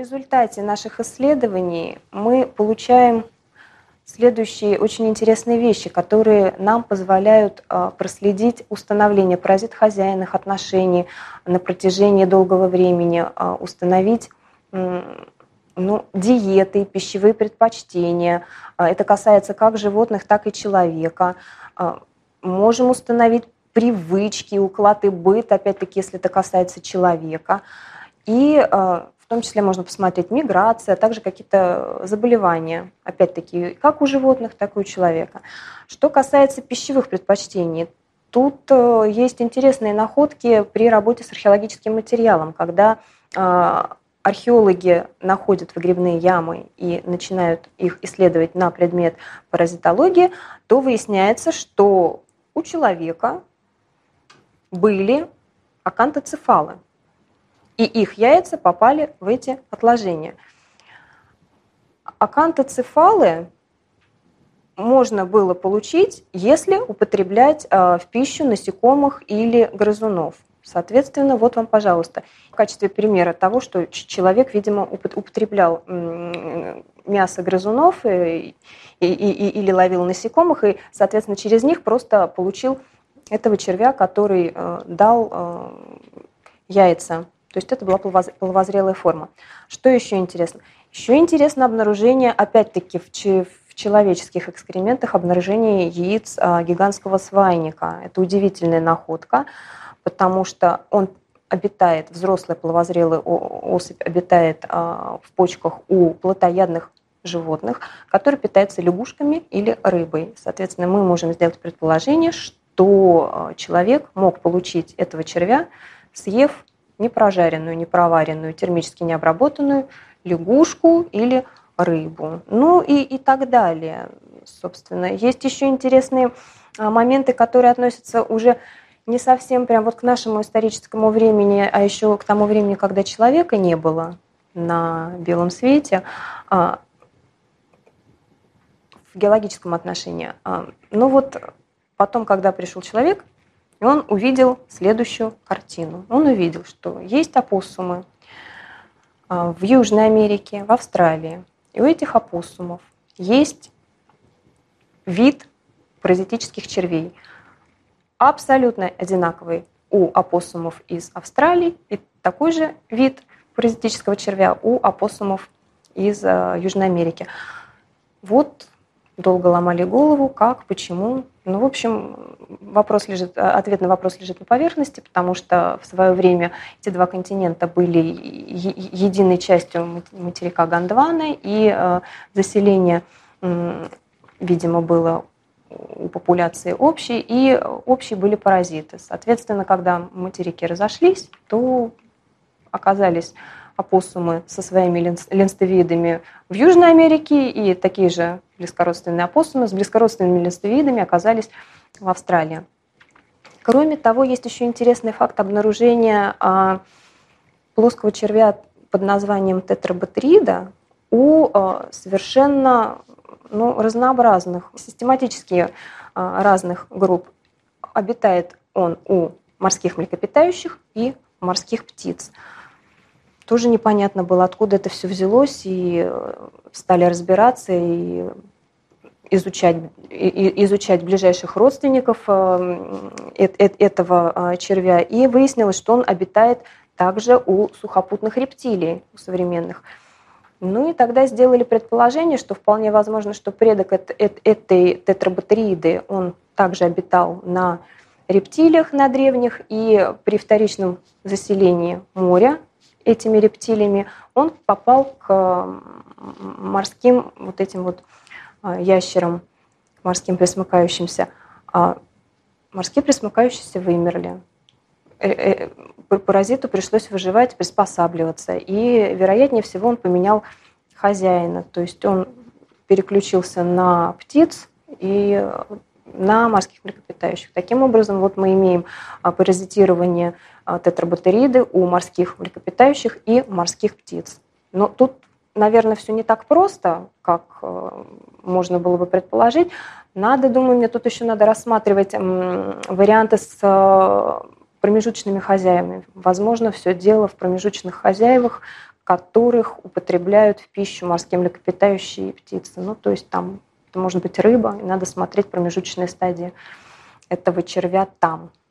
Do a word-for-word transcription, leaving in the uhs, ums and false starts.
результате наших исследований мы получаем следующие очень интересные вещи, которые нам позволяют проследить установление паразит-хозяйных отношений на протяжении долгого времени, установить ну, диеты, пищевые предпочтения. Это касается как животных, так и человека. Можем установить привычки, уклад и быт, опять-таки, если это касается человека. И в том числе можно посмотреть миграция, а также какие-то заболевания, опять-таки, как у животных, так и у человека. Что касается пищевых предпочтений, тут есть интересные находки при работе с археологическим материалом, когда археологи находят выгребные ямы и начинают их исследовать на предмет паразитологии, то выясняется, что у человека были акантоцефалы, и их яйца попали в эти отложения. Акантоцефалы можно было получить, если употреблять в пищу насекомых или грызунов. Соответственно, вот вам, пожалуйста, в качестве примера того, что человек, видимо, употреблял мясо грызунов и, и, и, или ловил насекомых, и, соответственно, через них просто получил этого червя, который дал яйца. То есть это была половозрелая форма. Что еще интересно? Еще интересно обнаружение, опять-таки, в, в человеческих экскрементах, обнаружение яиц гигантского свайника. Это удивительная находка, потому что он обитает, взрослая половозрелая особь обитает в почках у плотоядных животных, которые питаются лягушками или рыбой. Соответственно, мы можем сделать предположение, что человек мог получить этого червя, съев не прожаренную, не проваренную, термически не обработанную лягушку или рыбу. Ну и, и так далее. Собственно, есть еще интересные моменты, которые относятся уже не совсем прям вот к нашему историческому времени, а еще к тому времени, когда человека не было на белом свете, в геологическом отношении. Ну вот потом, когда пришел человек, и он увидел следующую картину. Он увидел, что есть опоссумы в Южной Америке, в Австралии. И у этих опоссумов есть вид паразитических червей, абсолютно одинаковый у опоссумов из Австралии и такой же вид паразитического червя у опоссумов из Южной Америки. Вот долго ломали голову, как, почему. Ну, в общем, вопрос лежит, ответ на вопрос лежит на поверхности, потому что в свое время эти два континента были единой частью материка Гондвана, и заселение, видимо, было у популяции общей, и общие были паразиты. Соответственно, когда материки разошлись, то оказались опоссумы со своими линстовидами в Южной Америке, и такие же близкородственные опоссумы с близкородственными линстовидами оказались в Австралии. Кроме того, есть еще интересный факт обнаружения плоского червя под названием тетрабатерида у совершенно ну, разнообразных, систематически разных групп. Обитает он у морских млекопитающих и морских птиц. Тоже непонятно было, откуда это все взялось, и стали разбираться и изучать, и изучать ближайших родственников этого червя. И выяснилось, что он обитает также у сухопутных рептилий, у современных. Ну и тогда сделали предположение, что вполне возможно, что предок этой тетрабатериды, он также обитал на рептилиях, на древних, и при вторичном заселении моря этими рептилиями он попал к морским вот этим вот ящерам, морским пресмыкающимся. А морские пресмыкающиеся вымерли. Паразиту пришлось выживать, приспосабливаться. И, вероятнее всего, он поменял хозяина. То есть он переключился на птиц и на морских млекопитающих. Таким образом, вот мы имеем паразитирование тетрабатериды у морских млекопитающих и морских птиц. Но тут, наверное, все не так просто, как можно было бы предположить. Надо, думаю, мне тут еще надо рассматривать варианты с промежуточными хозяевами. Возможно, все дело в промежуточных хозяевах, которых употребляют в пищу морские млекопитающие и птицы. Ну, то есть там это может быть рыба, и надо смотреть промежуточные стадии этого червя там.